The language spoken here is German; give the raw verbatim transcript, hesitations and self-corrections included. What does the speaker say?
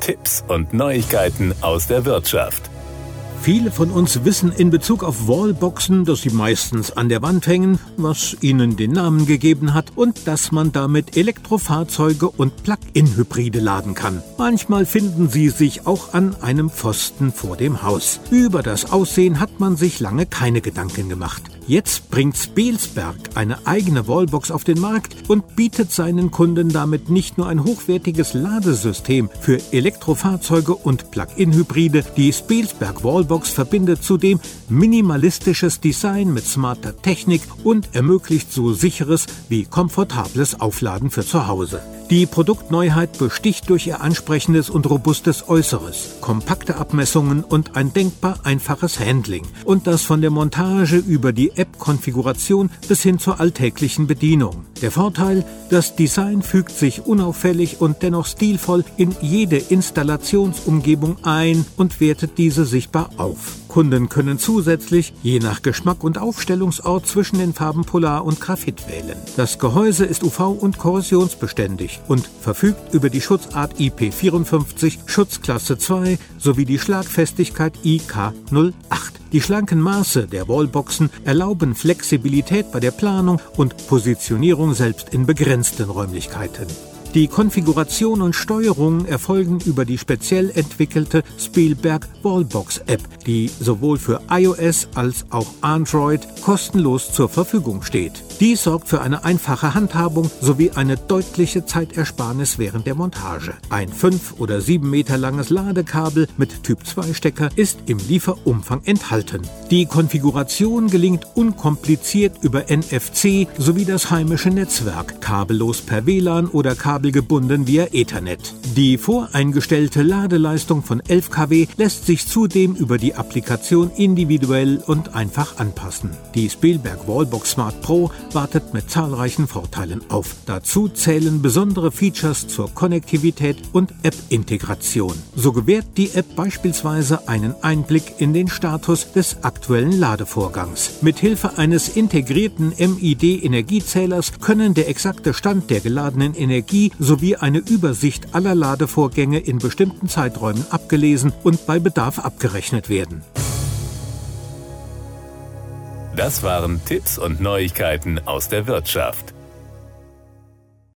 Tipps und Neuigkeiten aus der Wirtschaft. Viele von uns wissen in Bezug auf Wallboxen, dass sie meistens an der Wand hängen, was ihnen den Namen gegeben hat, und dass man damit Elektrofahrzeuge und Plug-in-Hybride laden kann. Manchmal finden sie sich auch an einem Pfosten vor dem Haus. Über das Aussehen hat man sich lange keine Gedanken gemacht. Jetzt bringt Spelsberg eine eigene Wallbox auf den Markt und bietet seinen Kunden damit nicht nur ein hochwertiges Ladesystem für Elektrofahrzeuge und Plug-in-Hybride. Die Spelsberg Wallbox verbindet zudem minimalistisches Design mit smarter Technik und ermöglicht so sicheres wie komfortables Aufladen für zu Hause. Die Produktneuheit besticht durch ihr ansprechendes und robustes Äußeres, kompakte Abmessungen und ein denkbar einfaches Handling. Und das von der Montage über die App-Konfiguration bis hin zur alltäglichen Bedienung. Der Vorteil: Das Design fügt sich unauffällig und dennoch stilvoll in jede Installationsumgebung ein und wertet diese sichtbar auf. Kunden können zusätzlich, je nach Geschmack und Aufstellungsort, zwischen den Farben Polar und Graphit wählen. Das Gehäuse ist U V- und korrosionsbeständig und verfügt über die Schutzart I P vierundfünfzig, Schutzklasse zwei sowie die Schlagfestigkeit I K null acht. Die schlanken Maße der Wallboxen erlauben Flexibilität bei der Planung und Positionierung selbst in begrenzten Räumlichkeiten. Die Konfiguration und Steuerung erfolgen über die speziell entwickelte Spelsberg Wallbox App, die sowohl für iOS als auch Android kostenlos zur Verfügung steht. Dies sorgt für eine einfache Handhabung sowie eine deutliche Zeitersparnis während der Montage. Ein fünf oder sieben Meter langes Ladekabel mit Typ zwei Stecker ist im Lieferumfang enthalten. Die Konfiguration gelingt unkompliziert über N F C sowie das heimische Netzwerk, kabellos per W L A N oder kabelgebunden via Ethernet. Die voreingestellte Ladeleistung von elf Kilowatt lässt sich zudem über die Applikation individuell und einfach anpassen. Die Spelsberg Wallbox Smart Pro wartet mit zahlreichen Vorteilen auf. Dazu zählen besondere Features zur Konnektivität und App-Integration. So gewährt die App beispielsweise einen Einblick in den Status des aktuellen Ladevorgangs. Mithilfe eines integrierten M I D-Energiezählers können der exakte Stand der geladenen Energie sowie eine Übersicht aller Ladevorgänge in bestimmten Zeiträumen abgelesen und bei Bedarf abgerechnet werden. Das waren Tipps und Neuigkeiten aus der Wirtschaft.